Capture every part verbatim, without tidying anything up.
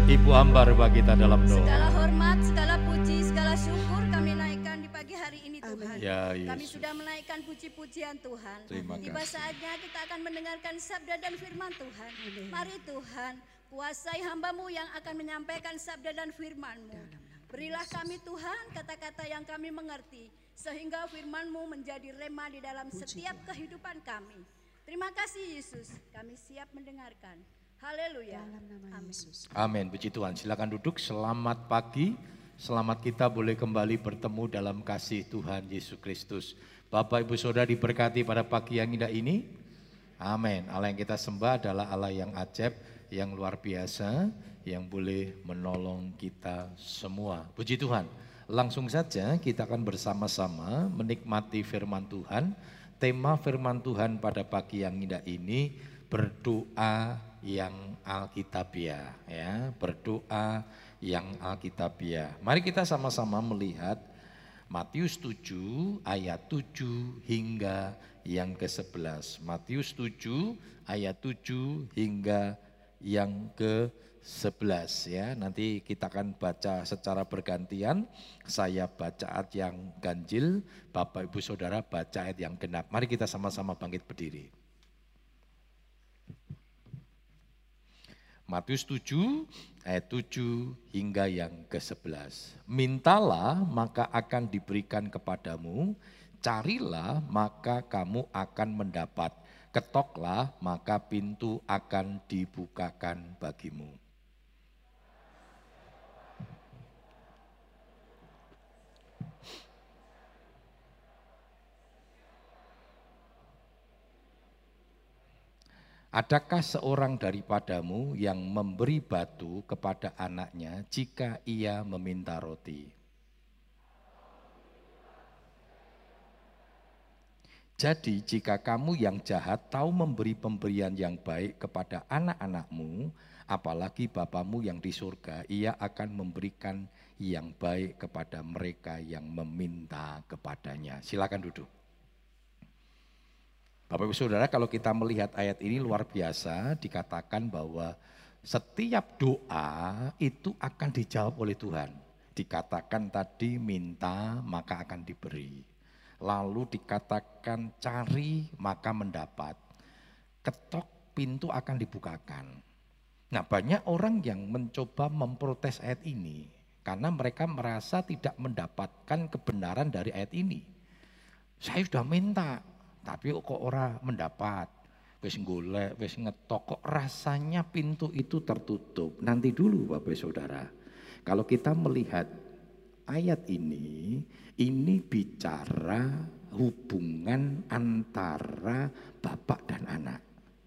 Ibu hamba bagi kita dalam doa. Segala hormat, segala puji, segala syukur kami naikkan di pagi hari ini Tuhan. Ya, kami Yesus. sudah menaikkan puji-pujian Tuhan. Terima Tiba kasih. saatnya kita akan mendengarkan sabda dan firman Tuhan. Mari Tuhan, kuasai hamba-Mu yang akan menyampaikan sabda dan firman-Mu. Berilah kami Tuhan kata-kata yang kami mengerti, sehingga firman-Mu menjadi rema di dalam setiap kehidupan kami. Terima kasih Yesus, kami siap mendengarkan. Haleluya. Amin. Amin. Puji Tuhan. Silakan duduk. Selamat pagi. Selamat kita boleh kembali bertemu dalam kasih Tuhan Yesus Kristus. Bapak Ibu Saudara diberkati pada pagi yang indah ini. Amin. Allah yang kita sembah adalah Allah yang ajaib, yang luar biasa, yang boleh menolong kita semua. Puji Tuhan. Langsung saja kita akan bersama-sama menikmati firman Tuhan. Tema firman Tuhan pada pagi yang indah ini, berdoa yang alkitabiah, ya, berdoa yang alkitabiah. Mari kita sama-sama melihat Matius tujuh ayat tujuh hingga yang ke sebelas. Matius tujuh ayat tujuh hingga yang ke sebelas, ya. Nanti kita akan baca secara bergantian. Saya baca ayat yang ganjil, Bapak Ibu Saudara baca ayat yang genap. Mari kita sama-sama bangkit berdiri. Matius tujuh ayat tujuh hingga yang ke sebelas. Mintalah maka akan diberikan kepadamu, carilah maka kamu akan mendapat, ketoklah maka pintu akan dibukakan bagimu. Adakah seorang daripadamu yang memberi batu kepada anaknya jika ia meminta roti? Jadi jika kamu yang jahat tahu memberi pemberian yang baik kepada anak-anakmu, apalagi Bapamu yang di surga, ia akan memberikan yang baik kepada mereka yang meminta kepadanya. Silakan duduk. Bapak Ibu Saudara, kalau kita melihat ayat ini luar biasa, dikatakan bahwa setiap doa itu akan dijawab oleh Tuhan. Dikatakan tadi minta maka akan diberi. Lalu dikatakan cari maka mendapat. Ketok pintu akan dibukakan. Nah, banyak orang yang mencoba memprotes ayat ini karena mereka merasa tidak mendapatkan kebenaran dari ayat ini. Saya sudah minta, tapi kok ora mendapat, wis golek, wis ngetok, kok rasanya pintu itu tertutup. Nanti dulu Bapak Saudara, kalau kita melihat ayat ini, ini bicara hubungan antara bapak dan anak.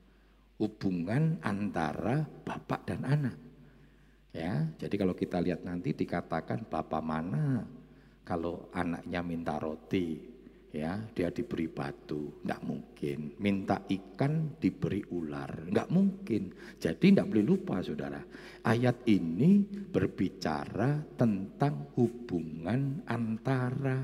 Hubungan antara bapak dan anak. Ya, jadi kalau kita lihat nanti dikatakan bapak mana kalau anaknya minta roti, ya dia diberi batu, enggak mungkin. Minta ikan diberi ular, enggak mungkin. Jadi enggak boleh lupa Saudara, ayat ini berbicara tentang hubungan antara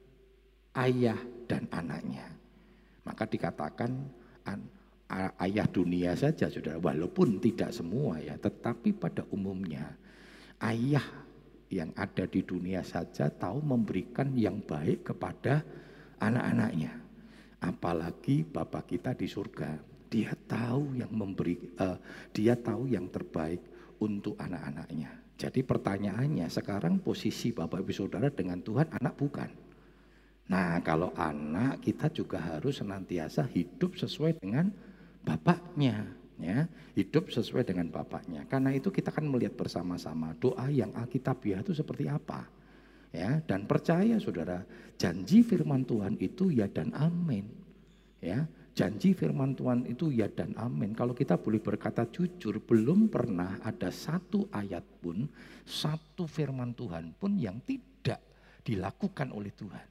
ayah dan anaknya. Maka dikatakan an, ayah dunia saja Saudara, walaupun tidak semua ya, tetapi pada umumnya ayah yang ada di dunia saja tahu memberikan yang baik kepada anak-anaknya, apalagi Bapa kita di surga. Dia tahu yang memberi, uh, dia tahu yang terbaik untuk anak-anaknya. Jadi pertanyaannya sekarang, posisi Bapak Ibu Saudara dengan Tuhan anak bukan? Nah, kalau anak kita juga harus senantiasa hidup sesuai dengan bapaknya, ya, hidup sesuai dengan bapaknya. Karena itu kita akan melihat bersama-sama doa yang alkitabiah itu seperti apa. Ya, dan percaya Saudara, janji firman Tuhan itu ya dan amin. Ya, janji firman Tuhan itu ya dan amin. Kalau kita boleh berkata jujur, belum pernah ada satu ayat pun, satu firman Tuhan pun yang tidak dilakukan oleh Tuhan.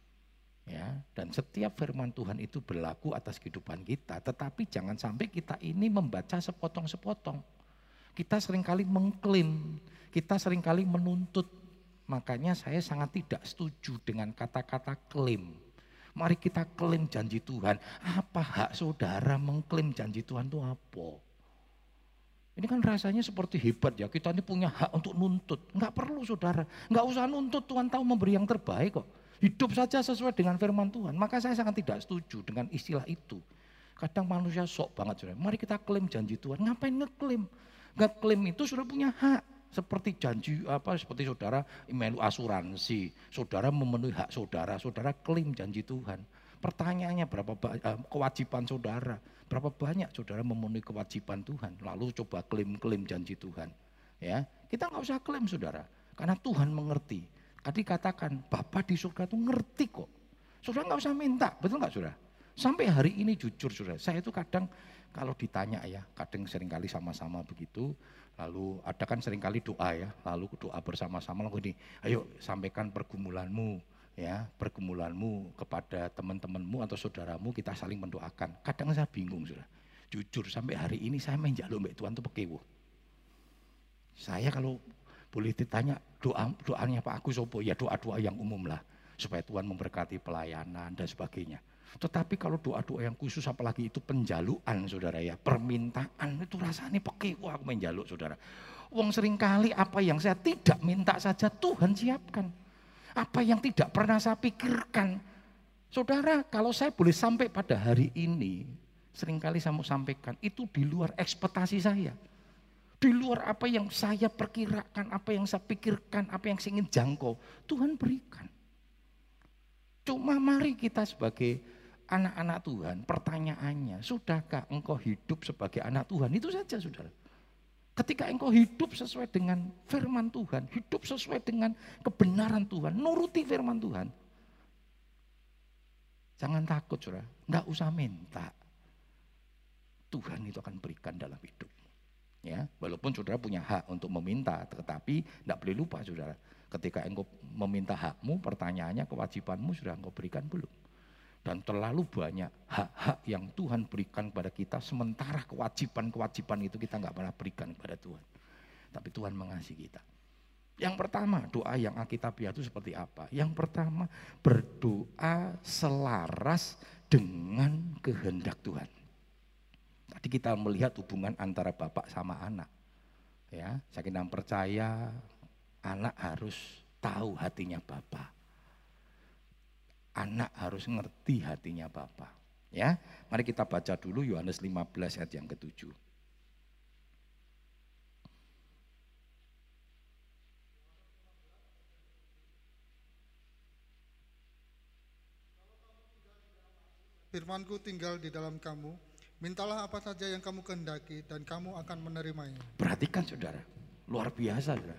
Ya, dan setiap firman Tuhan itu berlaku atas kehidupan kita, tetapi jangan sampai kita ini membaca sepotong-sepotong. Kita seringkali mengklaim, kita seringkali menuntut. Makanya saya sangat tidak setuju dengan kata-kata klaim. Mari kita klaim janji Tuhan. Apa hak saudara mengklaim janji Tuhan itu apa? Ini kan rasanya seperti hebat ya, kita ini punya hak untuk nuntut. Enggak perlu saudara, enggak usah nuntut, Tuhan tahu memberi yang terbaik kok. Hidup saja sesuai dengan firman Tuhan. Maka saya sangat tidak setuju dengan istilah itu. Kadang manusia sok banget saudara, mari kita klaim janji Tuhan. Ngapain ngeklaim? Ngeklaim itu sudah punya hak. Seperti janji apa, seperti saudara melu asuransi, saudara memenuhi hak saudara, saudara klaim janji Tuhan. Pertanyaannya berapa eh, kewajiban saudara, berapa banyak saudara memenuhi kewajiban Tuhan, lalu coba klaim-klaim janji Tuhan. Ya, kita nggak usah klaim saudara, karena Tuhan mengerti. Tadi katakan Bapa di surga itu ngerti kok. Saudara nggak usah minta, betul nggak saudara? Sampai hari ini jujur saudara, saya itu kadang kalau ditanya ya, kadang seringkali sama-sama begitu. Lalu ada kan seringkali doa ya, lalu doa bersama-sama lalu ini, ayo sampaikan pergumulanmu ya, pergumulanmu kepada teman-temanmu atau saudaramu, kita saling mendoakan. Kadang saya bingung sudah, jujur sampai hari ini saya main jaluk mbak Tuhan tuh pekewo. Saya kalau boleh ditanya doa doanya Pak Agus sopo ya, doa-doa yang umum lah supaya Tuhan memberkati pelayanan dan sebagainya. Tetapi kalau doa-doa yang khusus apalagi itu penjaluan saudara ya, permintaan itu rasanya pekewo aku main jaluk saudara. Wong seringkali apa yang saya tidak minta saja Tuhan siapkan. Apa yang tidak pernah saya pikirkan. Saudara, kalau saya boleh sampai pada hari ini, seringkali saya mau sampaikan, itu di luar ekspektasi saya. Di luar apa yang saya perkirakan, apa yang saya pikirkan, apa yang saya ingin jangkau, Tuhan berikan. Cuma mari kita sebagai anak-anak Tuhan, pertanyaannya, sudahkah engkau hidup sebagai anak Tuhan? Itu saja saudara. Ketika engkau hidup sesuai dengan firman Tuhan, hidup sesuai dengan kebenaran Tuhan, nuruti firman Tuhan. Jangan takut saudara, enggak usah minta. Tuhan itu akan berikan dalam hidup. Ya, walaupun saudara punya hak untuk meminta, tetapi enggak boleh lupa saudara. Ketika engkau meminta hakmu, pertanyaannya kewajibanmu sudah engkau berikan belum? Dan terlalu banyak hak-hak yang Tuhan berikan kepada kita, sementara kewajiban-kewajiban itu kita nggak pernah berikan kepada Tuhan. Tapi Tuhan mengasihi kita. Yang pertama, doa yang alkitabiah itu seperti apa? Yang pertama, berdoa selaras dengan kehendak Tuhan. Tadi kita melihat hubungan antara bapak sama anak. Ya, saya kira percaya anak harus tahu hatinya bapak. Anak harus ngerti hatinya Bapa. Ya, mari kita baca dulu Yohanes lima belas ayat yang ketujuh. Firman-Ku tinggal di dalam kamu, mintalah apa saja yang kamu kehendaki dan kamu akan menerimanya. Perhatikan saudara, luar biasa saudara.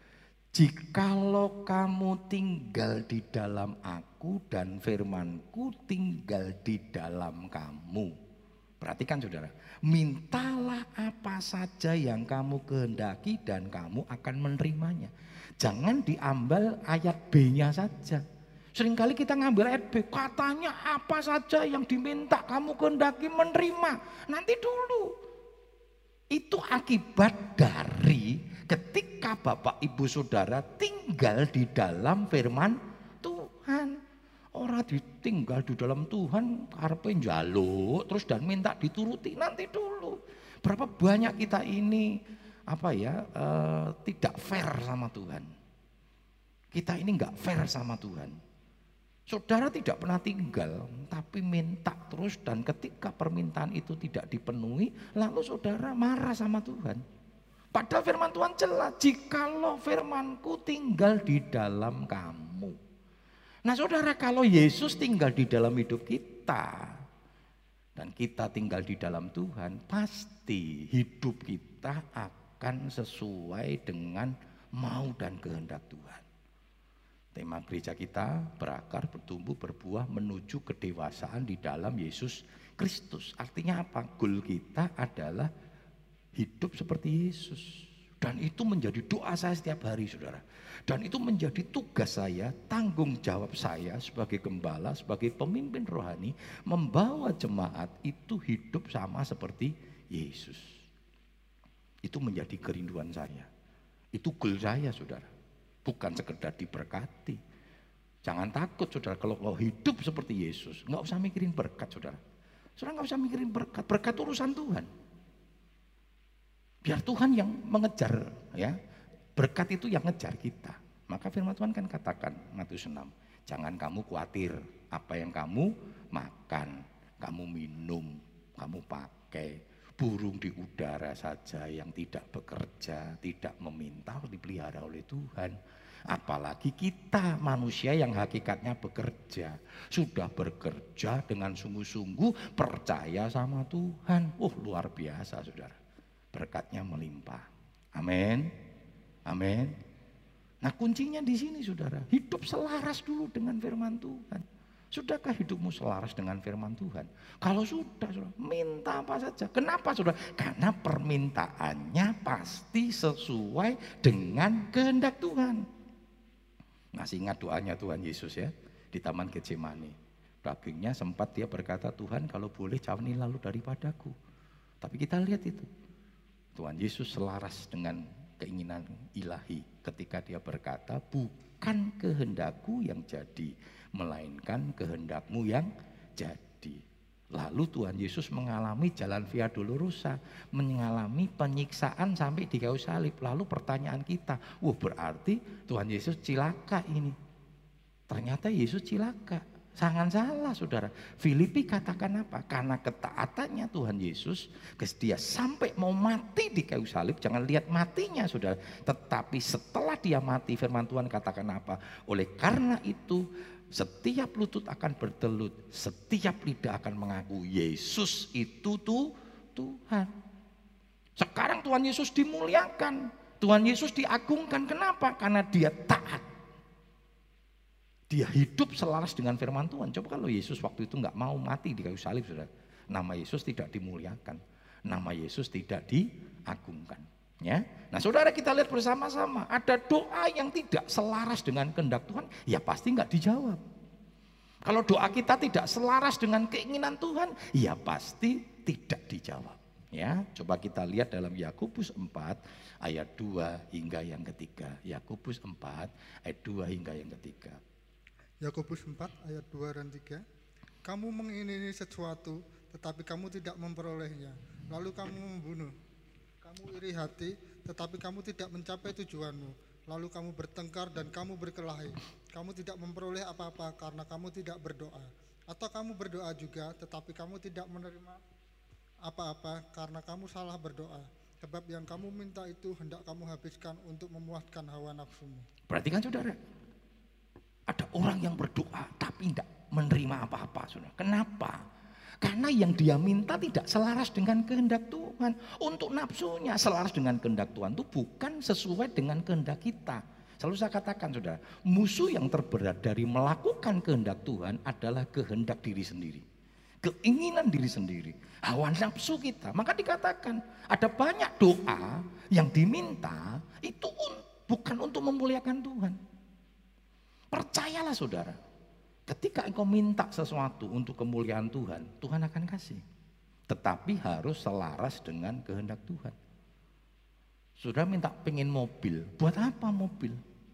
Jikalau kamu tinggal di dalam aku dan firman-Ku tinggal di dalam kamu. Perhatikan saudara, mintalah apa saja yang kamu kehendaki dan kamu akan menerimanya. Jangan diambil ayat B-nya saja. Seringkali kita ngambil ayat B, katanya apa saja yang diminta kamu kehendaki menerima. Nanti dulu. Itu akibat dari ketika Bapak Ibu Saudara tinggal di dalam firman Tuhan. Orang ditinggal di dalam Tuhan karepe njaluk terus dan minta dituruti, nanti dulu. Berapa banyak kita ini apa ya uh, tidak fair sama Tuhan. Kita ini enggak fair sama Tuhan. Saudara tidak pernah tinggal, tapi minta terus dan ketika permintaan itu tidak dipenuhi, lalu saudara marah sama Tuhan. Padahal firman Tuhan jelas, jikalau firman-Ku tinggal di dalam kamu. Nah saudara, kalau Yesus tinggal di dalam hidup kita, dan kita tinggal di dalam Tuhan, pasti hidup kita akan sesuai dengan mau dan kehendak Tuhan. Tema gereja kita berakar, bertumbuh, berbuah menuju kedewasaan di dalam Yesus Kristus. Artinya apa? Goal kita adalah hidup seperti Yesus. Dan itu menjadi doa saya setiap hari saudara. Dan itu menjadi tugas saya, tanggung jawab saya sebagai gembala, sebagai pemimpin rohani. Membawa jemaat itu hidup sama seperti Yesus. Itu menjadi kerinduan saya. Itu goal saya saudara. Bukan sekedar diberkati. Jangan takut saudara, kalau lo hidup seperti Yesus, nggak usah mikirin berkat saudara. Saudara nggak usah mikirin berkat, berkat urusan Tuhan. Biar Tuhan yang mengejar, ya. Berkat itu yang ngejar kita. Maka firman Tuhan kan katakan Matius enam, jangan kamu khawatir apa yang kamu makan, kamu minum, kamu pakai. Burung di udara saja yang tidak bekerja, tidak meminta, dipelihara oleh Tuhan. Apalagi kita manusia yang hakikatnya bekerja, sudah bekerja dengan sungguh-sungguh, percaya sama Tuhan. Oh, luar biasa saudara, berkatnya melimpah. Amin, amin. Nah kuncinya di sini saudara, hidup selaras dulu dengan firman Tuhan. Sudahkah hidupmu selaras dengan firman Tuhan? Kalau sudah, saudara, minta apa saja. Kenapa saudara? Karena permintaannya pasti sesuai dengan kehendak Tuhan. Masih ingat doanya Tuhan Yesus ya, di Taman Getsemani. Dagingnya sempat dia berkata, Tuhan kalau boleh jauhi lalu daripadaku. Tapi kita lihat itu, Tuhan Yesus selaras dengan keinginan ilahi ketika dia berkata, bukan kehendakku yang jadi, melainkan kehendakmu yang jadi. Lalu Tuhan Yesus mengalami jalan Via Dolorosa, mengalami penyiksaan sampai di kayu salib. Lalu pertanyaan kita, wah berarti Tuhan Yesus cilaka ini. Ternyata Yesus cilaka. Sangat salah saudara. Filipi katakan apa? Karena ketaatannya Tuhan Yesus, dia sampai mau mati di kayu salib. Jangan lihat matinya saudara, tetapi setelah dia mati, firman Tuhan katakan apa? Oleh karena itu setiap lutut akan bertelut, setiap lidah akan mengaku Yesus itu tuh Tuhan. Sekarang Tuhan Yesus dimuliakan, Tuhan Yesus diagungkan. Kenapa? Karena dia taat. Dia hidup selaras dengan firman Tuhan. Coba kalau Yesus waktu itu nggak mau mati di kayu salib, saudara, nama Yesus tidak dimuliakan, nama Yesus tidak diagungkan. Ya, nah saudara kita lihat bersama-sama, ada doa yang tidak selaras dengan kehendak Tuhan, ya pasti nggak dijawab. Kalau doa kita tidak selaras dengan keinginan Tuhan, ya pasti tidak dijawab. Ya, coba kita lihat dalam Yakobus empat ayat dua hingga yang ketiga. Yakobus empat ayat dua hingga yang ketiga. Yakobus empat ayat dua dan tiga. Kamu mengingini sesuatu tetapi kamu tidak memperolehnya, lalu kamu membunuh. Kamu iri hati tetapi kamu tidak mencapai tujuanmu, lalu kamu bertengkar dan kamu berkelahi. Kamu tidak memperoleh apa-apa karena kamu tidak berdoa. Atau kamu berdoa juga tetapi kamu tidak menerima apa-apa karena kamu salah berdoa. Sebab yang kamu minta itu hendak kamu habiskan untuk memuaskan hawa nafsumu. Perhatikan saudara, ada orang yang berdoa tapi tidak menerima apa-apa saudara. Kenapa? Karena yang dia minta tidak selaras dengan kehendak Tuhan. Untuk nafsunya selaras dengan kehendak Tuhan itu bukan sesuai dengan kehendak kita. Selalu saya katakan saudara, musuh yang terberat dari melakukan kehendak Tuhan adalah kehendak diri sendiri, keinginan diri sendiri, hawa nafsu kita. Maka dikatakan ada banyak doa yang diminta itu bukan untuk memuliakan Tuhan. Percayalah saudara, ketika engkau minta sesuatu untuk kemuliaan Tuhan, Tuhan akan kasih. Tetapi harus selaras dengan kehendak Tuhan. Saudara minta pengen mobil, buat apa mobil?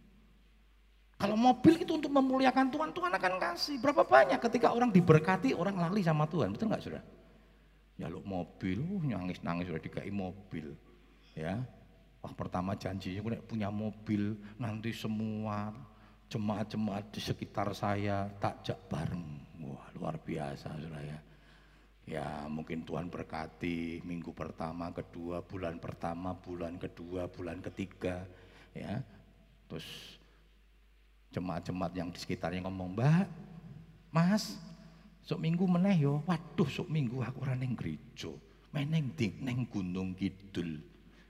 Kalau mobil itu untuk memuliakan Tuhan, Tuhan akan kasih. Berapa banyak ketika orang diberkati, orang lali sama Tuhan, betul nggak saudara? Ya lu mobil, uh, nangis-nangis sudah dikai mobil, ya. Wah pertama janjinya punya mobil, nanti semua jemaat-jemaat di sekitar saya takjak bareng. Wah luar biasa saudara ya. Ya mungkin Tuhan berkati minggu pertama, kedua, bulan pertama, bulan kedua, bulan ketiga, ya. Terus jemaat-jemaat yang di sekitarnya ngomong, Mbak, Mas, sok minggu meneh yo. Waduh, sok minggu aku ora ning gereja, meneng di neng Gunung Kidul,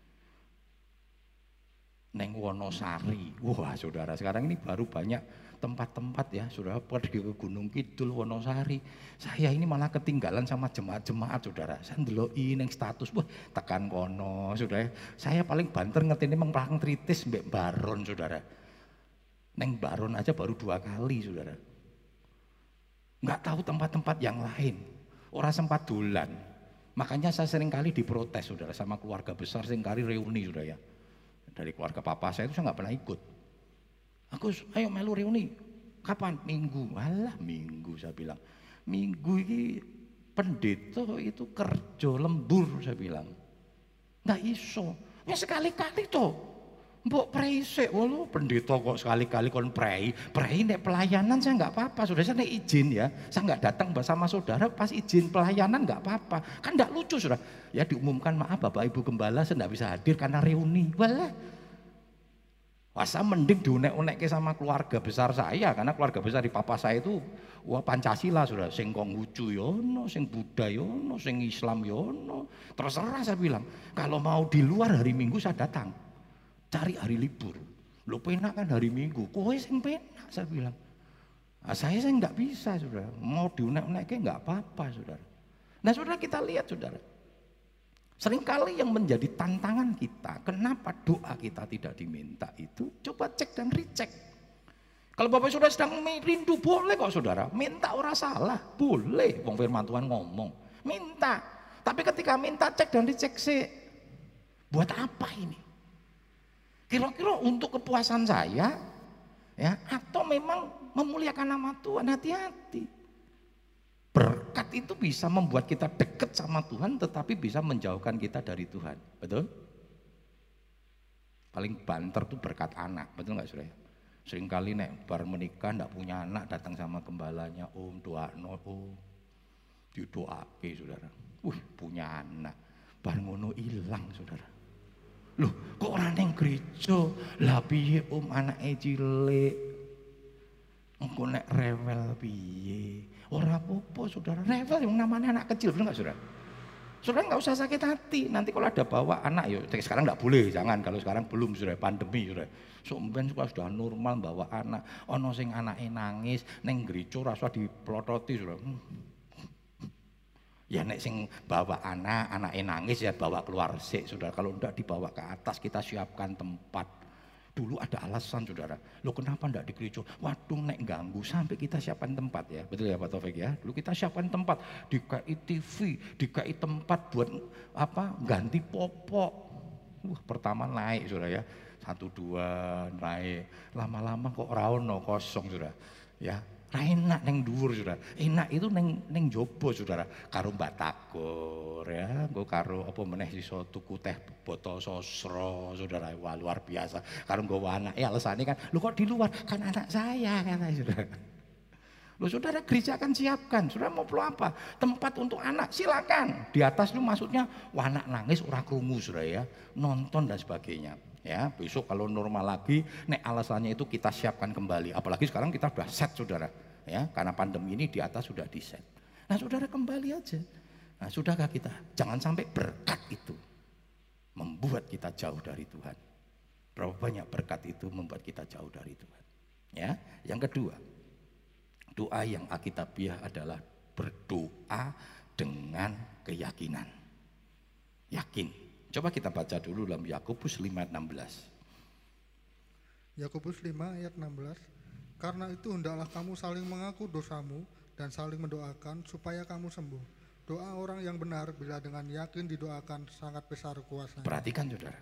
neng Wonosari. Wah saudara, sekarang ini baru banyak tempat-tempat ya saudara, pergi ke Gunung Kidul, Wonosari. Saya ini malah ketinggalan sama jemaat-jemaat saudara. Saya ndeloki neng status, wah tekan kono saudara. Saya paling banter ngertine meng Plang Tritis mbek Baron saudara. Neng Baron aja baru dua kali saudara. Nggak tahu tempat-tempat yang lain. Orang sempat dolan. Makanya saya sering kali diprotes saudara sama keluarga besar, sering kali reuni saudara ya. Dari keluarga papa saya itu saya nggak pernah ikut. Aku ayo melu reuni. Kapan? Minggu. Alah minggu saya bilang. Minggu ini pendeta itu kerja lembur saya bilang. Nggak iso. Ya sekali-kali toh. Mbok prei sik, walu pendeta kok sekali-kali kon prei. Prei nek pelayanan saya nggak apa-apa. Sudah saya nek izin ya. Saya nggak datang bersama saudara pas izin pelayanan nggak apa-apa. Kan nggak lucu sudah. Ya diumumkan maaf Bapak Ibu Gembala saya nggak bisa hadir karena reuni. Walah. Wasa mending diunek-unekke sama keluarga besar saya karena keluarga besar di papa saya itu wah Pancasila sudah sing Konghucu yono, sing Buddha yono, sing Islam yono. Terserah saya bilang, kalau mau di luar hari Minggu saya datang. Cari hari libur. Lo penak kan hari Minggu, kowe sing penak saya bilang. Nah, saya saya nggak bisa Saudara. Mau diunek-unekke nggak apa-apa Saudara. Nah Saudara kita lihat Saudara. Seringkali yang menjadi tantangan kita, kenapa doa kita tidak diminta itu, coba cek dan recheck. Kalau Bapak Saudara sedang rindu, boleh kok Saudara, minta ora salah, boleh. Wong firman Tuhan ngomong, minta. Tapi ketika minta cek dan recheck sih, buat apa ini? Kira-kira untuk kepuasan saya, ya, atau memang memuliakan nama Tuhan, hati-hati. Berkat itu bisa membuat kita dekat sama Tuhan tetapi bisa menjauhkan kita dari Tuhan, betul? Paling banter tuh berkat anak, betul nggak Saudara? Seringkali nek bar menikah ndak punya anak datang sama gembalanya, Om doa no, om didoake Saudara. Wih punya anak, bar ngono ilang Saudara. Loh kok ora ning gereja? Lah piye Om anake cilik? Engko nek rewel piye? Ora apa-apa Saudara, rewel yang namanya anak kecil, benar nggak Saudara? Saudara nggak usah sakit hati, nanti kalau ada bawa anak, ya sekarang nggak boleh, jangan kalau sekarang belum Saudara, pandemi Saudara. Sumben sudah normal bawa anak, ono sing anake nangis, neng gereja rasa diplototi Saudara. Ya nek sing bawa anak, anake nangis ya bawa keluar sik Saudara, kalau enggak dibawa ke atas kita siapkan tempat. Dulu ada alasan Saudara, lo kenapa enggak di gereja? Waduh nek ganggu, sampai kita siapkan tempat ya, betul ya Pak Taufik ya. Dulu kita siapkan tempat, di K I T V, di K I tempat buat apa? Ganti popok. Wah pertama naik Saudara ya, satu dua naik, lama-lama kok raono kosong Saudara, ya. Nah, enak neng dhuwur Saudara. Enak itu neng neng jobo Saudara. Karo batagor ya, nggo karo apa meneh iso tuku teh botol sosro Saudara. Wah, luar biasa. Karo nggo anak ya alesane kan, lu kok di luar? Kan anak saya kata Saudara. Lu Saudara gereja akan siapkan. Saudara mau perlu apa? Tempat untuk anak silakan. Di atas itu maksudnya wah anak nangis ora krungu Saudara ya. Nonton dan sebagainya. Ya, besok kalau normal lagi, nek alasannya itu kita siapkan kembali. Apalagi sekarang kita sudah set Saudara, ya, karena pandemi ini di atas sudah di set. Nah, Saudara kembali aja. Nah, sudahkah kita? Jangan sampai berkat itu membuat kita jauh dari Tuhan. Berapa banyak berkat itu membuat kita jauh dari Tuhan. Ya, yang kedua, doa yang alkitabiah adalah berdoa dengan keyakinan. Yakin. Coba kita baca dulu dalam Yakobus lima ayat enam belas. Yakobus lima ayat enam belas. Karena itu hendaklah kamu saling mengaku dosamu dan saling mendoakan supaya kamu sembuh. Doa orang yang benar bila dengan yakin didoakan sangat besar kuasanya. Perhatikan Saudara.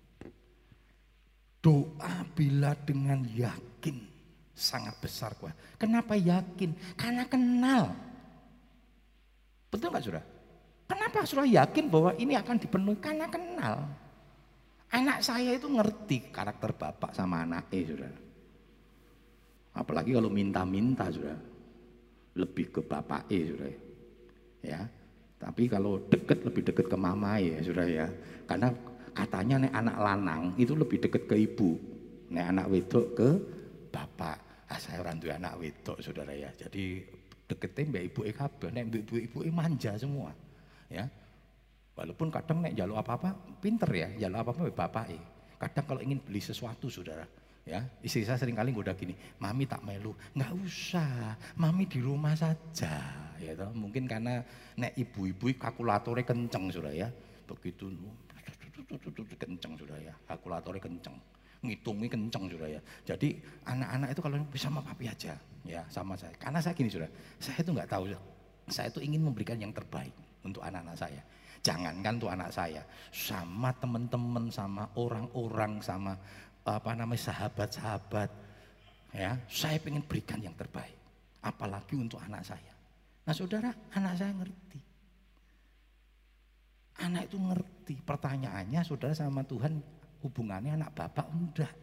Doa bila dengan yakin sangat besar kuasa. Kenapa yakin? Karena kenal. Betul nggak Saudara? Kenapa Saudara yakin bahwa ini akan dipenuhi? Karena kenal. Anak saya itu ngerti karakter bapak sama anaknya Saudara. Apalagi kalau minta-minta Saudara. Lebih ke bapaknya Saudara. Ya. Tapi kalau deket lebih deket ke mama ya Saudara ya. Karena katanya nih anak lanang itu lebih deket ke ibu. Nih anak wedok ke bapak. Ah, saya orang tua anak wedok Saudara ya. Jadi deketnya mbak ibu E K B. Nih ibu ibu E manja semua. Ya, walaupun kadang nek jaluk apa-apa pinter ya, jaluk apa-apa bapak eh. Kadang kalau ingin beli sesuatu Saudara, ya istri saya sering kali goda gini, mami tak melu, nggak usah, mami di rumah saja, ya toh. Mungkin karena nek ibu-ibu kalkulatornya kenceng Saudara ya, begitu kenceng Saudara ya, kalkulatornya kenceng, ngitungnya kenceng Saudara ya. Jadi anak-anak itu kalau bisa sama papi aja, ya sama saya. Karena saya gini Saudara, saya itu nggak tahu, saya itu ingin memberikan yang terbaik untuk anak-anak saya. Jangankan untuk anak saya, sama teman-teman, sama orang-orang, sama apa namanya sahabat-sahabat, ya saya ingin berikan yang terbaik. Apalagi untuk anak saya. Nah Saudara, anak saya ngerti. Anak itu ngerti. Pertanyaannya saudara sama Tuhan hubungannya anak bapak enggak.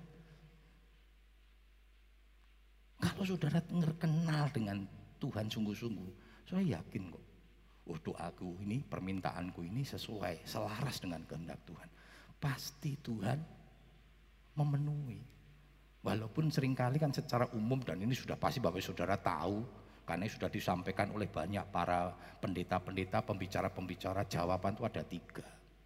Kalau saudara kenal dengan Tuhan sungguh-sungguh, saya yakin kok. Oh, doaku ini, permintaanku ini sesuai, selaras dengan kehendak Tuhan. Pasti Tuhan memenuhi. Walaupun seringkali kan secara umum, dan ini sudah pasti Bapak Saudara tahu, karena sudah disampaikan oleh banyak para pendeta-pendeta, pembicara-pembicara, jawaban itu ada tiga.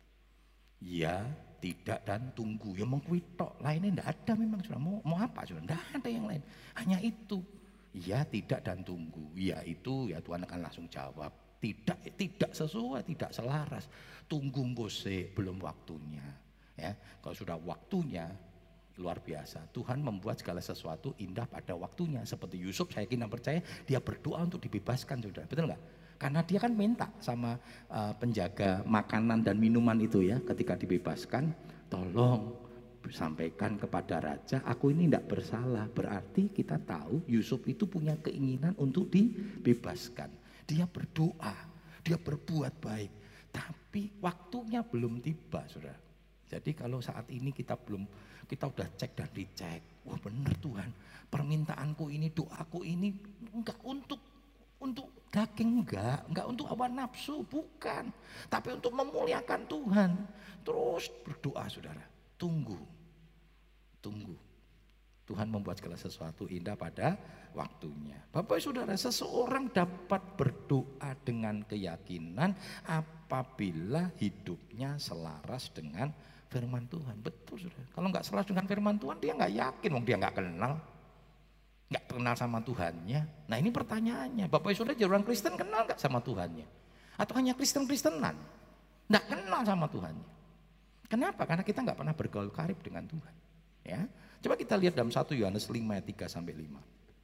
Ya, tidak, dan tunggu. Ya mengkuitok, lainnya tidak ada memang. Sudah mau, mau apa? Sudah tidak ada yang lain. Hanya itu. Ya, tidak, dan tunggu. Ya itu, ya Tuhan akan langsung jawab. Tidak, tidak sesuai, tidak selaras. Tunggu ngose, belum waktunya. Ya, kalau sudah waktunya, luar biasa. Tuhan membuat segala sesuatu indah pada waktunya. Seperti Yusuf, saya yakin dan percaya dia berdoa untuk dibebaskan, saudara. Betul nggak? Karena dia kan minta sama uh, penjaga makanan dan minuman itu ya, ketika dibebaskan, tolong sampaikan kepada raja, aku ini tidak bersalah. Berarti kita tahu Yusuf itu punya keinginan untuk dibebaskan. Dia berdoa, dia berbuat baik, tapi waktunya belum tiba, saudara. Jadi kalau saat ini kita belum, kita udah cek dan dicek, wah benar Tuhan, permintaanku ini, doaku ini enggak untuk untuk daging, enggak, enggak untuk hawa nafsu, bukan, tapi untuk memuliakan Tuhan. Terus berdoa, saudara, tunggu, tunggu. Tuhan membuat segala sesuatu indah pada waktunya. Bapak saudara, seseorang dapat berdoa dengan keyakinan apabila hidupnya selaras dengan firman Tuhan. Betul saudara. Kalau nggak selaras dengan firman Tuhan, dia nggak yakin, wong dia nggak kenal, nggak kenal sama Tuhannya. Nah ini pertanyaannya, Bapak saudara jadi orang Kristen kenal nggak sama Tuhannya? Atau hanya Kristen-Kristenan, nggak kenal sama Tuhannya? Kenapa? Karena kita nggak pernah bergaul karib dengan Tuhan. Ya, coba kita lihat dalam satu Yohanes lima ayat tiga sampai lima.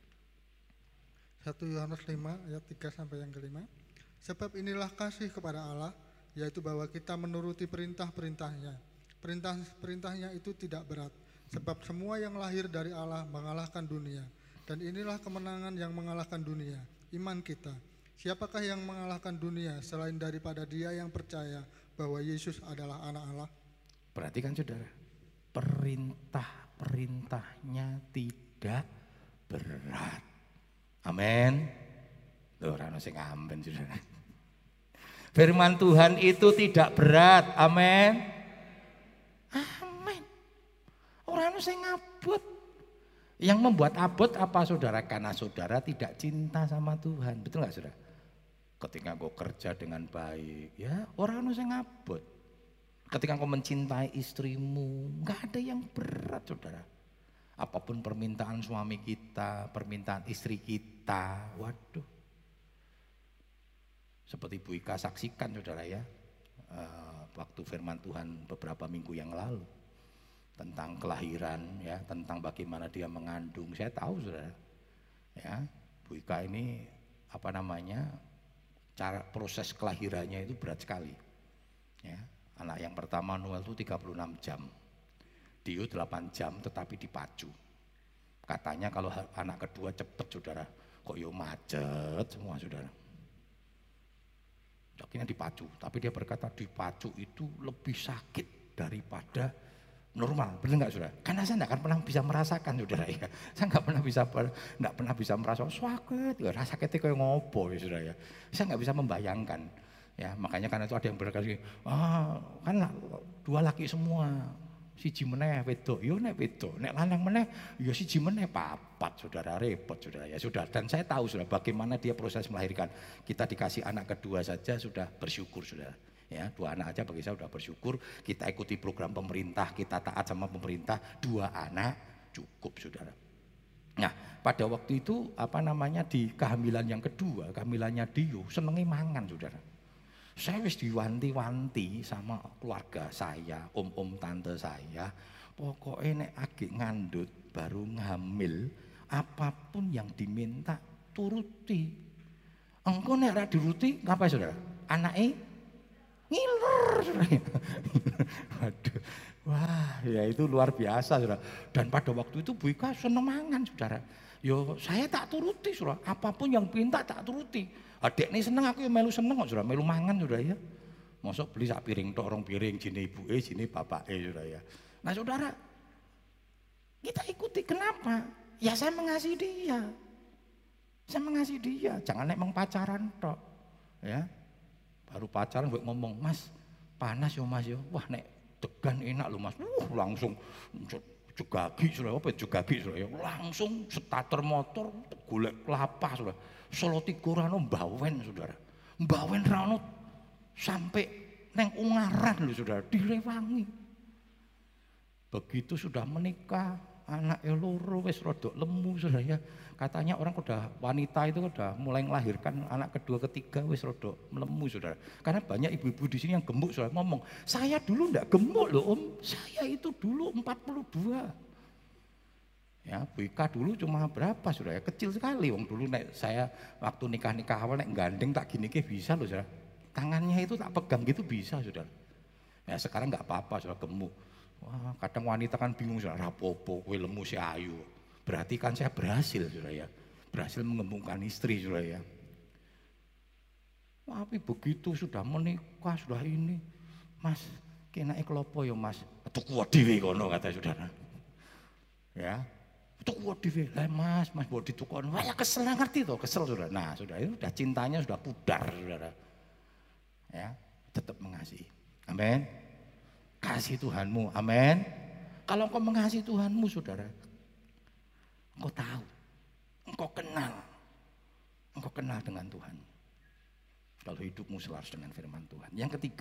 satu Yohanes lima ayat tiga sampai yang kelima. Sebab inilah kasih kepada Allah, yaitu bahwa kita menuruti perintah-perintahnya. Perintah-perintahnya itu tidak berat, sebab semua yang lahir dari Allah mengalahkan dunia. Dan inilah kemenangan yang mengalahkan dunia, iman kita. Siapakah yang mengalahkan dunia selain daripada dia yang percaya bahwa Yesus adalah anak Allah? Perhatikan saudara, perintah-perintahnya tidak berat. Amin. Loh, rano sing amen saudara. Firman Tuhan itu tidak berat. Amin. Amin. Orang sing abot. Yang membuat abot apa saudara? Karena saudara tidak cinta sama Tuhan. Betul nggak saudara? Ketika kau kerja dengan baik, ya orang sing abot. Ketika kau mencintai istrimu, nggak ada yang berat saudara. Apapun permintaan suami kita, permintaan istri kita, waduh. Seperti Bu Ika saksikan saudara ya, uh, waktu firman Tuhan beberapa minggu yang lalu. Tentang kelahiran ya, tentang bagaimana dia mengandung, saya tahu saudara. Ya, Bu Ika ini apa namanya, cara proses kelahirannya itu berat sekali. Ya, anak yang pertama Noel itu tiga puluh enam jam. Dio delapan jam tetapi dipacu. Katanya kalau anak kedua cepet saudara, kok yo macet semua saudara. Akhirnya dipacu, tapi dia berkata dipacu itu lebih sakit daripada normal, benar nggak saudara? Karena saya nggak akan pernah bisa merasakan saudara ya. Saya nggak pernah bisa nggak pernah bisa merasa sakit, ya rasa sakitnya kayak ngopo ya saudara ya. Saya nggak bisa membayangkan. Ya, makanya karena itu ada yang berkata, ah kan dua laki semua, siji meneh wedok, yo nek wedok, nek lanang meneh, yo siji meneh papat, saudara repot saudara ya sudah. Dan saya tahu sudah bagaimana dia proses melahirkan. Kita dikasih anak kedua saja sudah bersyukur saudara. Ya, dua anak aja bagi saya sudah bersyukur. Kita ikuti program pemerintah, kita taat sama pemerintah, dua anak cukup saudara. Nah, pada waktu itu apa namanya di kehamilan yang kedua, kehamilannya Dio senengi mangan saudara. Saya wis diwanti-wanti sama keluarga saya, om-om tante saya, pokoknya nek agak ngandut baru ngamil, apapun yang diminta turuti. Engko nek ora diruti ngapa saudara? Anake ngiler saudara. Waduh. Wah, ya itu luar biasa saudara. Dan pada waktu itu Bu Ika seneng mangan saudara. Yo saya tak turuti saudara, apapun yang pinta tak turuti. Adik ini seneng, aku yang melu seneng kok saudara, melu mangan saudara ya. Mosok beli sak piring tok, rong piring, jine ibuke, jine bapake saudara ya. Nah saudara, kita ikuti kenapa? Ya saya mengasihi dia. Saya mengasihi dia, jangan nek meng pacaran tok. Ya. Baru pacaran gue ngomong, "Mas, panas yo Mas yo." Wah nek degan enak lho Mas. Uh, langsung jegagi saudara, apa jegagi saudara, langsung starter motor golek kelapa saudara. Solo tiga rano mbawen saudara. Mbawen rano sampai neng Ungaran lho saudara, direwangi. Begitu sudah menikah, anak loro wis rodok lemu saudara ya. Katanya orang udah wanita itu udah mulai melahirkan anak kedua ketiga wis rodok melemu saudara. Karena banyak ibu-ibu di sini yang gemuk saudara ngomong, "Saya dulu enggak gemuk loh Om, saya itu dulu empat puluh dua." Ya, Bu Ika dulu cuma berapa saudara? Kecil sekali. Wong dulu nek saya waktu nikah-nikah awal nek gandeng tak gini ke bisa loh saudara. Tangannya itu tak pegang gitu bisa saudara. Ya sekarang nggak apa-apa saudara gemuk. Wah, kadang wanita kan bingung saudara, rapopo, kue lemu si ayu. Berarti kan saya berhasil saudara ya. Berhasil mengembungkan istri saudara ya. Tapi begitu sudah menikah, sudah ini, Mas, kena kelopo ya Mas. Tuku dhewe kono kata saudara. Ya. Tuku dhewe. Lah Mas, Mas mbok ditukon. Wah, ya kesel ngerti toh, kesel saudara. Nah, saudara itu sudah cintanya sudah pudar saudara. Ya, tetap mengasihi. Amin. Kasih Tuhanmu. Amin. Kalau engkau mengasihi Tuhanmu saudara, engkau tahu, engkau kenal, engkau kenal dengan Tuhan. Kalau hidupmu selaras dengan firman Tuhan. Yang ketiga,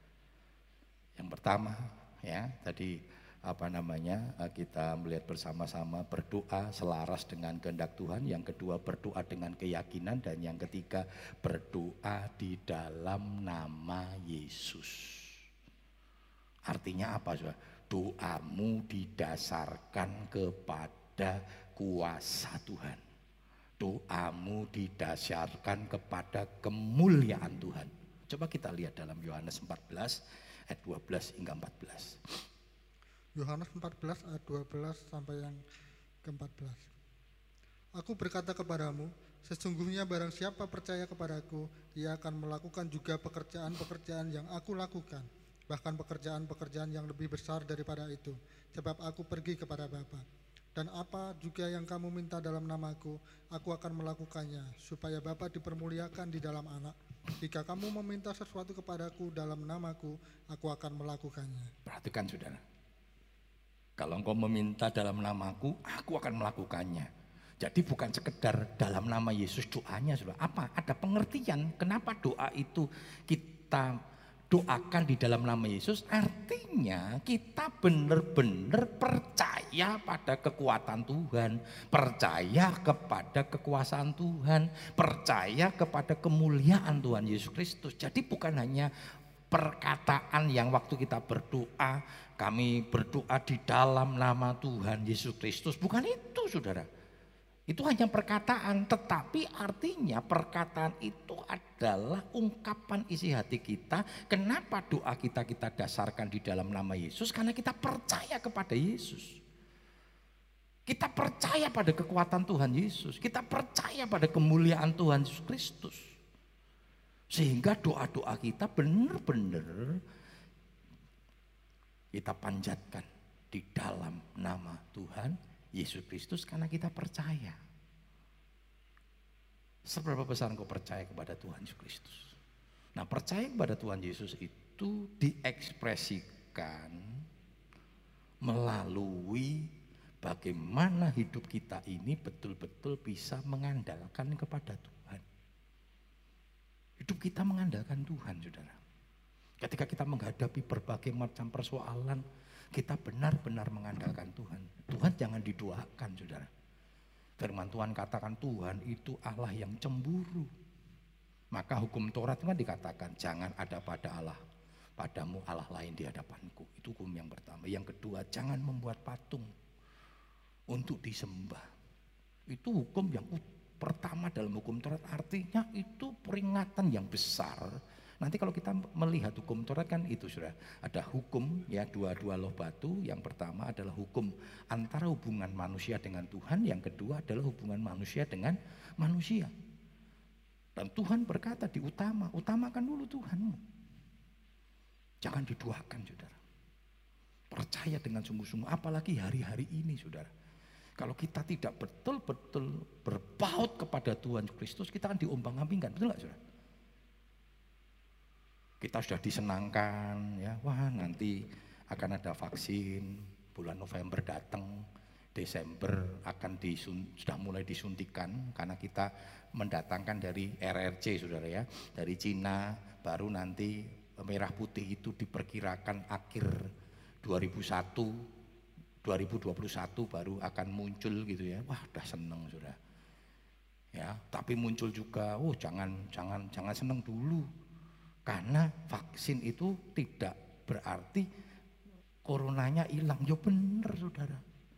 yang pertama, ya tadi apa namanya kita melihat bersama-sama berdoa selaras dengan kehendak Tuhan. Yang kedua berdoa dengan keyakinan dan yang ketiga berdoa di dalam nama Yesus. Artinya apa saudara? Doamu didasarkan kepada kuasa Tuhan. Doamu didasarkan kepada kemuliaan Tuhan. Coba kita lihat dalam Yohanes empat belas ayat dua belas hingga empat belas. Yohanes empat belas ayat dua belas sampai yang ke empat belas. Aku berkata kepadamu, sesungguhnya barang siapa percaya kepadaku, ia akan melakukan juga pekerjaan-pekerjaan yang aku lakukan, bahkan pekerjaan-pekerjaan yang lebih besar daripada itu, sebab aku pergi kepada Bapa. Dan apa juga yang kamu minta dalam namaku, aku akan melakukannya, supaya Bapa dipermuliakan di dalam Anak. Jika kamu meminta sesuatu kepadaku dalam namaku, aku akan melakukannya. Perhatikan saudara, kalau engkau meminta dalam namaku, aku akan melakukannya. Jadi bukan sekedar dalam nama Yesus doanya saudara. Apa? Ada pengertian kenapa doa itu kita doakan di dalam nama Yesus, artinya kita benar-benar percaya pada kekuatan Tuhan, percaya kepada kekuasaan Tuhan, percaya kepada kemuliaan Tuhan Yesus Kristus. Jadi bukan hanya perkataan yang waktu kita berdoa, kami berdoa di dalam nama Tuhan Yesus Kristus, bukan itu saudara. Itu hanya perkataan, tetapi artinya perkataan itu adalah ungkapan isi hati kita. Kenapa doa kita kita dasarkan di dalam nama Yesus? Karena kita percaya kepada Yesus. Kita percaya pada kekuatan Tuhan Yesus. Kita percaya pada kemuliaan Tuhan Yesus Kristus. Sehingga doa-doa kita benar-benar kita panjatkan di dalam nama Tuhan Yesus Kristus karena kita percaya. Seberapa besar engkau percaya kepada Tuhan Yesus Kristus? Nah, percaya kepada Tuhan Yesus itu diekspresikan melalui bagaimana hidup kita ini betul-betul bisa mengandalkan kepada Tuhan. Hidup kita mengandalkan Tuhan, saudara. Ketika kita menghadapi berbagai macam persoalan, kita benar-benar mengandalkan Tuhan. Tuhan jangan diduakan, saudara. Firman Tuhan katakan Tuhan itu Allah yang cemburu. Maka hukum Taurat kan dikatakan jangan ada pada Allah, padamu Allah lain di hadapanku. Itu hukum yang pertama. Yang kedua, jangan membuat patung untuk disembah. Itu hukum yang pertama dalam hukum Taurat. Artinya itu peringatan yang besar. Nanti kalau kita melihat hukum Taurat kan itu sudah ada hukum ya dua-dua loh batu. Yang pertama adalah hukum antara hubungan manusia dengan Tuhan. Yang kedua adalah hubungan manusia dengan manusia. Dan Tuhan berkata diutama, utamakan dulu Tuhanmu. Jangan diduakan, saudara. Percaya dengan sungguh-sungguh, apalagi hari-hari ini, saudara. Kalau kita tidak betul-betul berpaut kepada Tuhan Kristus, kita akan diombang-ambingkan, betul nggak, saudara? Kita sudah disenangkan, ya, wah nanti akan ada vaksin, bulan November datang, Desember akan disun, sudah mulai disuntikan, karena kita mendatangkan dari R R C, saudara ya, dari Cina, baru nanti merah putih itu diperkirakan akhir dua ribu satu, dua ribu dua puluh satu baru akan muncul gitu ya. Wah, udah seneng sudah. Ya, tapi muncul juga, oh jangan jangan jangan seneng dulu. Karena vaksin itu tidak berarti coronanya hilang. Ya bener, saudara.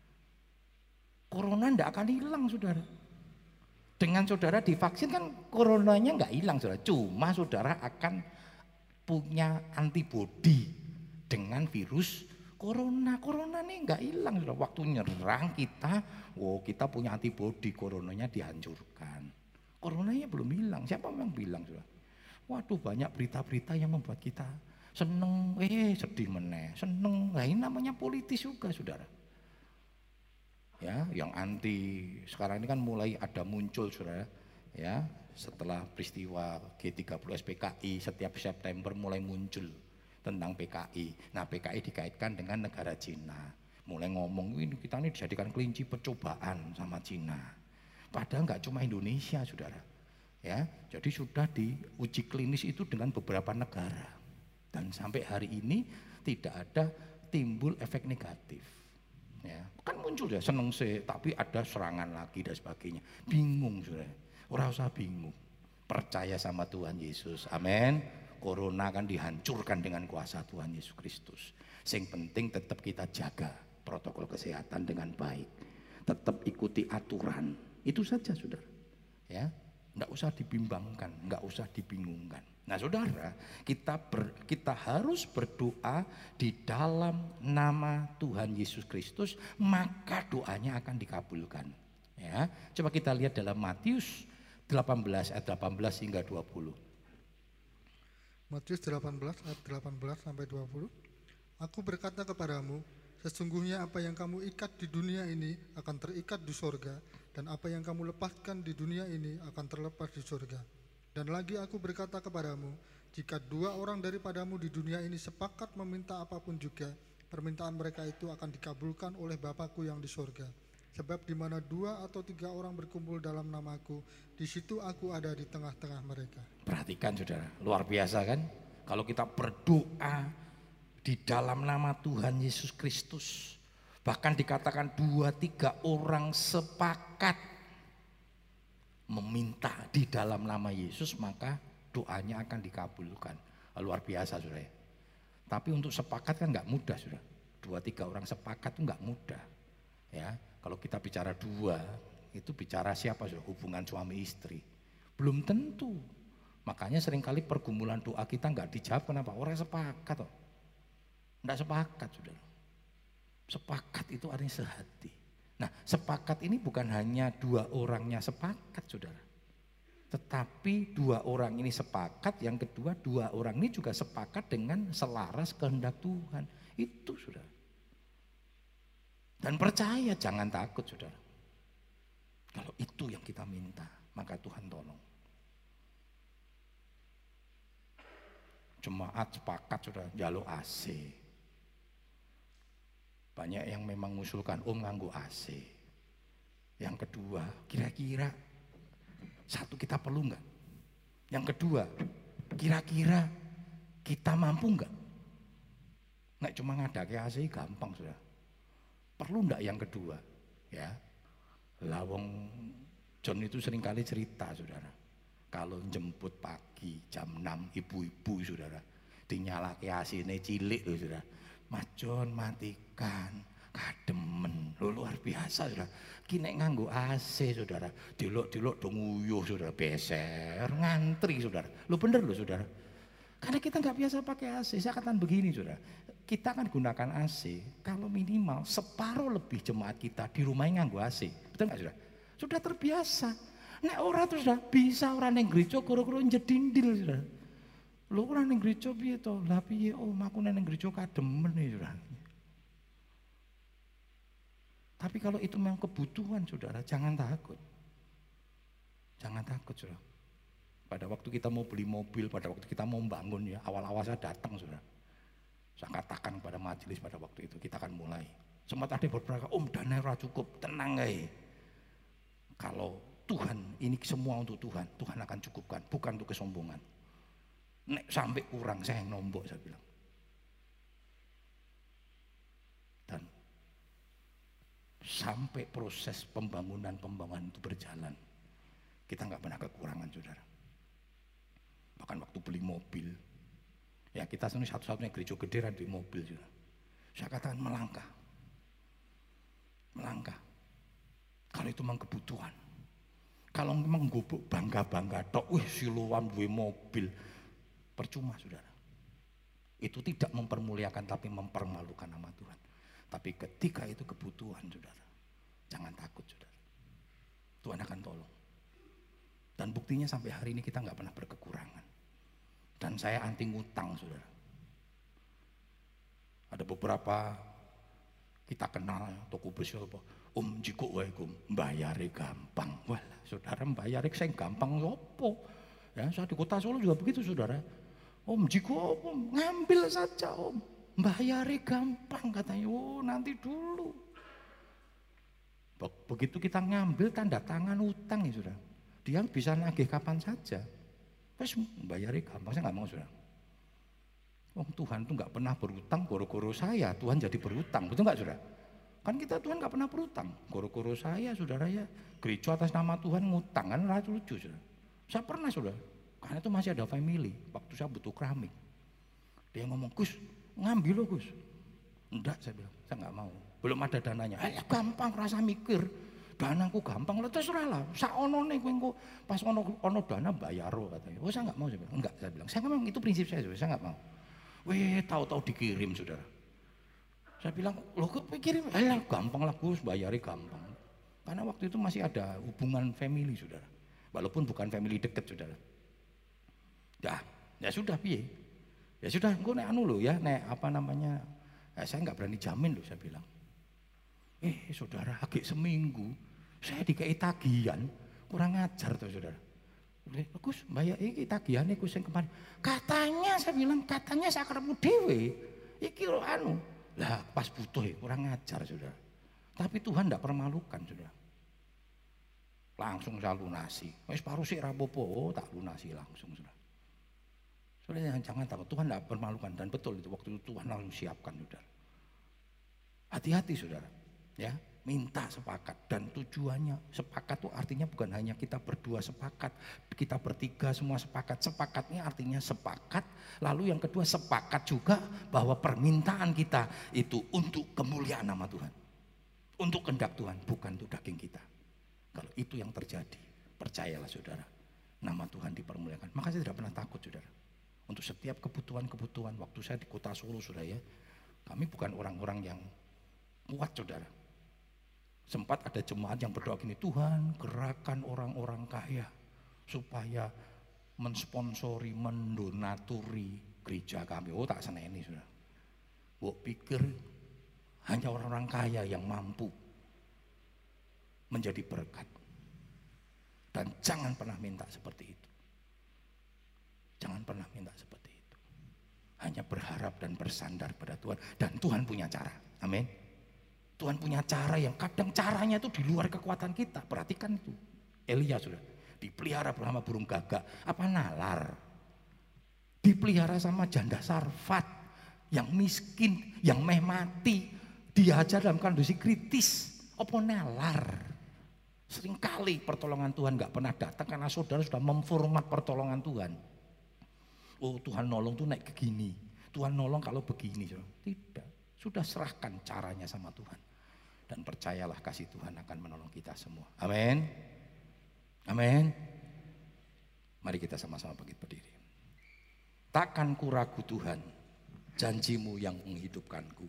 Corona enggak akan hilang, saudara. Dengan saudara divaksin kan coronanya enggak hilang, saudara. Cuma saudara akan punya antibodi dengan virus corona. Corona ini enggak hilang, saudara. Waktu nyerang kita, wow, kita punya antibodi, coronanya dihancurkan. Coronanya belum hilang. Siapa yang bilang, saudara? Waduh, banyak berita-berita yang membuat kita seneng, eh sedih meneh, seneng. Nah, ini namanya politis juga, saudara. Ya, yang anti sekarang ini kan mulai ada muncul, saudara. Ya, setelah peristiwa G tiga puluh S P K I setiap September mulai muncul tentang P K I. Nah, P K I dikaitkan dengan negara Cina. Mulai ngomong ini kita ini dijadikan kelinci percobaan sama Cina. Padahal nggak cuma Indonesia, saudara. Ya, jadi sudah diuji klinis itu dengan beberapa negara. Dan sampai hari ini tidak ada timbul efek negatif. Ya, kan muncul ya seneng sih, tapi ada serangan lagi dan sebagainya. Bingung, saudara. Ora usah bingung. Percaya sama Tuhan Yesus. Amin. Corona akan dihancurkan dengan kuasa Tuhan Yesus Kristus. Yang penting tetap kita jaga protokol kesehatan dengan baik. Tetap ikuti aturan. Itu saja, saudara. Ya, enggak usah dibimbangkan, enggak usah dibingungkan. Nah, saudara, kita ber, kita harus berdoa di dalam nama Tuhan Yesus Kristus, maka doanya akan dikabulkan. Ya, coba kita lihat dalam Matius delapan belas ayat delapan belas hingga dua puluh. Matius delapan belas ayat delapan belas sampai dua puluh. Aku berkata kepadamu, sesungguhnya apa yang kamu ikat di dunia ini akan terikat di sorga, dan apa yang kamu lepaskan di dunia ini akan terlepas di sorga. Dan lagi aku berkata kepadamu, jika dua orang daripadamu di dunia ini sepakat meminta apapun juga, permintaan mereka itu akan dikabulkan oleh Bapakku yang di sorga. Sebab di mana dua atau tiga orang berkumpul dalam namaku, di situ aku ada di tengah-tengah mereka. Perhatikan, saudara, luar biasa kan? Kalau kita berdoa di dalam nama Tuhan Yesus Kristus, bahkan dikatakan dua tiga orang sepakat meminta di dalam nama Yesus, maka doanya akan dikabulkan. Luar biasa, saudara. Tapi untuk sepakat kan nggak mudah, saudara. Dua tiga orang sepakat itu nggak mudah. Ya, kalau kita bicara dua, itu bicara siapa, saudara? Hubungan suami istri. Belum tentu. Makanya seringkali pergumulan doa kita nggak dijawab. Kenapa? Orang sepakat, toh. Nggak sepakat, saudara. Sepakat itu artinya sehati. Nah, sepakat ini bukan hanya dua orangnya sepakat, saudara. Tetapi dua orang ini sepakat, yang kedua dua orang ini juga sepakat dengan selaras kehendak Tuhan. Itu, saudara. Dan percaya, jangan takut, saudara. Kalau itu yang kita minta, maka Tuhan tolong. Jemaat sepakat, saudara, jaluk A C. Banyak yang memang mengusulkan om nganggo A C. Yang kedua, kira-kira satu kita perlu enggak? Yang kedua, kira-kira kita mampu enggak? Nggak cuma ngadake A C gampang, sudah. Perlu enggak yang kedua? Ya. Lawong John itu seringkali cerita, saudara. Kalau jemput pagi jam enam ibu-ibu, saudara, dinyalake A C-ne cilik loh, saudara. Mas John matikan, kademen, lo luar biasa, saudara. Kini nganggo A C, saudara, dilok-dilok dong uyuh, saudara, beser, ngantri, saudara. Lo bener lo, saudara. Karena kita nggak biasa pakai A C. Saya katakan begini, saudara, kita akan gunakan A C kalau minimal separuh lebih jemaat kita di rumahnya nganggo A C, betul nggak, saudara? Sudah terbiasa. Nek orang tuh sudah bisa orang yang gereja kuro-kuro jedindil, saudara. Lho ora ning gereja piye to? Lah piye om, aku ning gereja kademen ya, Saudara. Tapi kalau itu memang kebutuhan Saudara, jangan takut. Jangan takut Saudara. Pada waktu kita mau beli mobil, pada waktu kita mau bangun ya, awal-awal saya datang Saudara. Saya katakan pada majelis pada waktu itu, kita akan mulai. Sempat ada beberapa, om dana ora cukup, tenang guys. Kalau Tuhan, ini semua untuk Tuhan, Tuhan akan cukupkan, bukan untuk kesombongan. Nek sampai kurang saya yang nombok, saya bilang. Dan sampai proses pembangunan-pembangunan itu berjalan, kita nggak pernah kekurangan Saudara. Bahkan waktu beli mobil, ya kita sini satu-satunya gereja gede di mobil Saudara. Saya katakan melangkah, melangkah. Kalau itu memang kebutuhan. Kalau memang gubuk bangga-bangga tok, wih Siloam duwe mobil, percuma Saudara. Itu tidak mempermuliakan tapi mempermalukan nama Tuhan. Tapi ketika itu kebutuhan Saudara, jangan takut Saudara. Tuhan akan tolong. Dan buktinya sampai hari ini kita nggak pernah berkekurangan. Dan saya anti ngutang Saudara. Ada beberapa kita kenal toko besar apa, om jiko wae kum, bayare gampang. Wah, Saudara bayare sing gampang opo? Ya, saya di kota Solo juga begitu Saudara. Om jiko om ngambil saja om, bayare gampang katanya. Oh nanti dulu. Begitu kita ngambil tanda tangan utang ya Saudara. Dia bisa nagih kapan saja. Terus bayarnya gampang, saya nggak mau Saudara. Oh Tuhan tuh nggak pernah berutang, goro-goro saya Tuhan jadi berutang, betul nggak Saudara? Kan kita Tuhan nggak pernah berutang, goro-goro saya Saudara ya. Gereja atas nama Tuhan ngutang kan lucu Saudara. Saya pernah Saudara, karena itu masih ada family. Waktu saya butuh keramik, dia ngomong Gus ngambil loh Gus. Enggak saya bilang, saya nggak mau. Belum ada dananya. Eh gampang rasa mikir. Danaku gampang lah terserah lah. Saonone kowe engko pas ono ono dana bayar katanya. Oh saya enggak mau saya bilang. Enggak saya bilang. Saya memang itu prinsip saya, saya enggak mau. Weh tahu-tahu dikirim Saudara. Saya bilang, "Loh kok dikirim? Eh gampang lah Gus, bayarnya gampang." Karena waktu itu masih ada hubungan family Saudara. Walaupun bukan family dekat Saudara. Ya, ya sudah piye. Ya sudah engko nek anu lho ya, nek apa namanya? Eh, saya enggak berani jamin loh saya bilang. Eh Saudara, agak seminggu saya dikei tagihan, kurang ajar tuh Saudara. Gus, bayar iki tagihannya Gus yang kemarin. Katanya saya bilang, katanya saya keremu dewe. Iki lo anu. Lah pas butuh ya, kurang ajar Saudara. Tapi Tuhan tidak permalukan Saudara. Langsung saya lunasi. Wis paruh sik rapopo, oh, tak lunasi langsung Saudara. Soalnya jangan takut, Tuhan tidak permalukan dan betul itu waktu itu Tuhan langsung siapkan Saudara. Hati-hati Saudara. Ya, minta sepakat dan tujuannya sepakat itu artinya bukan hanya kita berdua sepakat, kita bertiga semua sepakat. Sepakatnya artinya sepakat, lalu yang kedua sepakat juga bahwa permintaan kita itu untuk kemuliaan nama Tuhan, untuk kehendak Tuhan, bukan untuk daging kita. Kalau itu yang terjadi, percayalah Saudara, nama Tuhan dipermuliakan. Maka saya tidak pernah takut Saudara. Untuk setiap kebutuhan-kebutuhan, waktu saya di kota Solo Saudara ya, kami bukan orang-orang yang kuat Saudara. Sempat ada jemaat yang berdoa gini, Tuhan gerakan orang-orang kaya supaya mensponsori, mendonaturi gereja kami. Oh tak seneni Saudara. Mbok pikir hanya orang-orang kaya yang mampu menjadi berkat. Dan jangan pernah minta seperti itu. Jangan pernah minta seperti itu. Hanya berharap dan bersandar pada Tuhan. Dan Tuhan punya cara. Amin. Tuhan punya cara yang kadang caranya itu di luar kekuatan kita. Perhatikan itu. Elia sudah dipelihara bersama burung gagak. Apa nalar? Dipelihara sama janda Sarfat yang miskin, yang meh mati, dihajar dalam kondisi kritis. Apa nalar? Seringkali pertolongan Tuhan gak pernah datang karena saudara sudah memformat pertolongan Tuhan. Oh Tuhan nolong tuh naik ke gini. Tuhan nolong kalau begini. Tidak. Sudah serahkan caranya sama Tuhan. Dan percayalah kasih Tuhan akan menolong kita semua. Amin. Amin. Mari kita sama-sama bangkit berdiri. Takkan ku ragu Tuhan, janjimu yang menghidupkanku.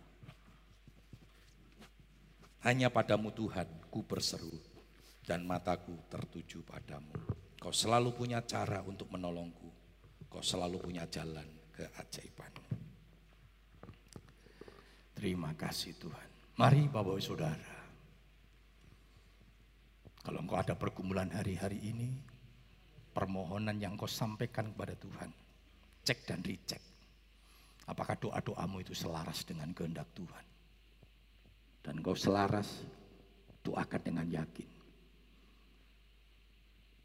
Hanya padamu Tuhan ku berseru dan mataku tertuju padamu. Kau selalu punya cara untuk menolongku. Kau selalu punya jalan keajaiban. Terima kasih Tuhan. Mari Bapak Ibu Saudara, kalau engkau ada pergumulan hari-hari ini, permohonan yang kau sampaikan kepada Tuhan, cek dan dicek. Apakah doa-doamu itu selaras dengan kehendak Tuhan? Dan kau selaras, doakan dengan yakin.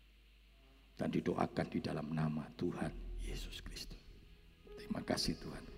Dan didoakan di dalam nama Tuhan Yesus Kristus. Terima kasih Tuhan.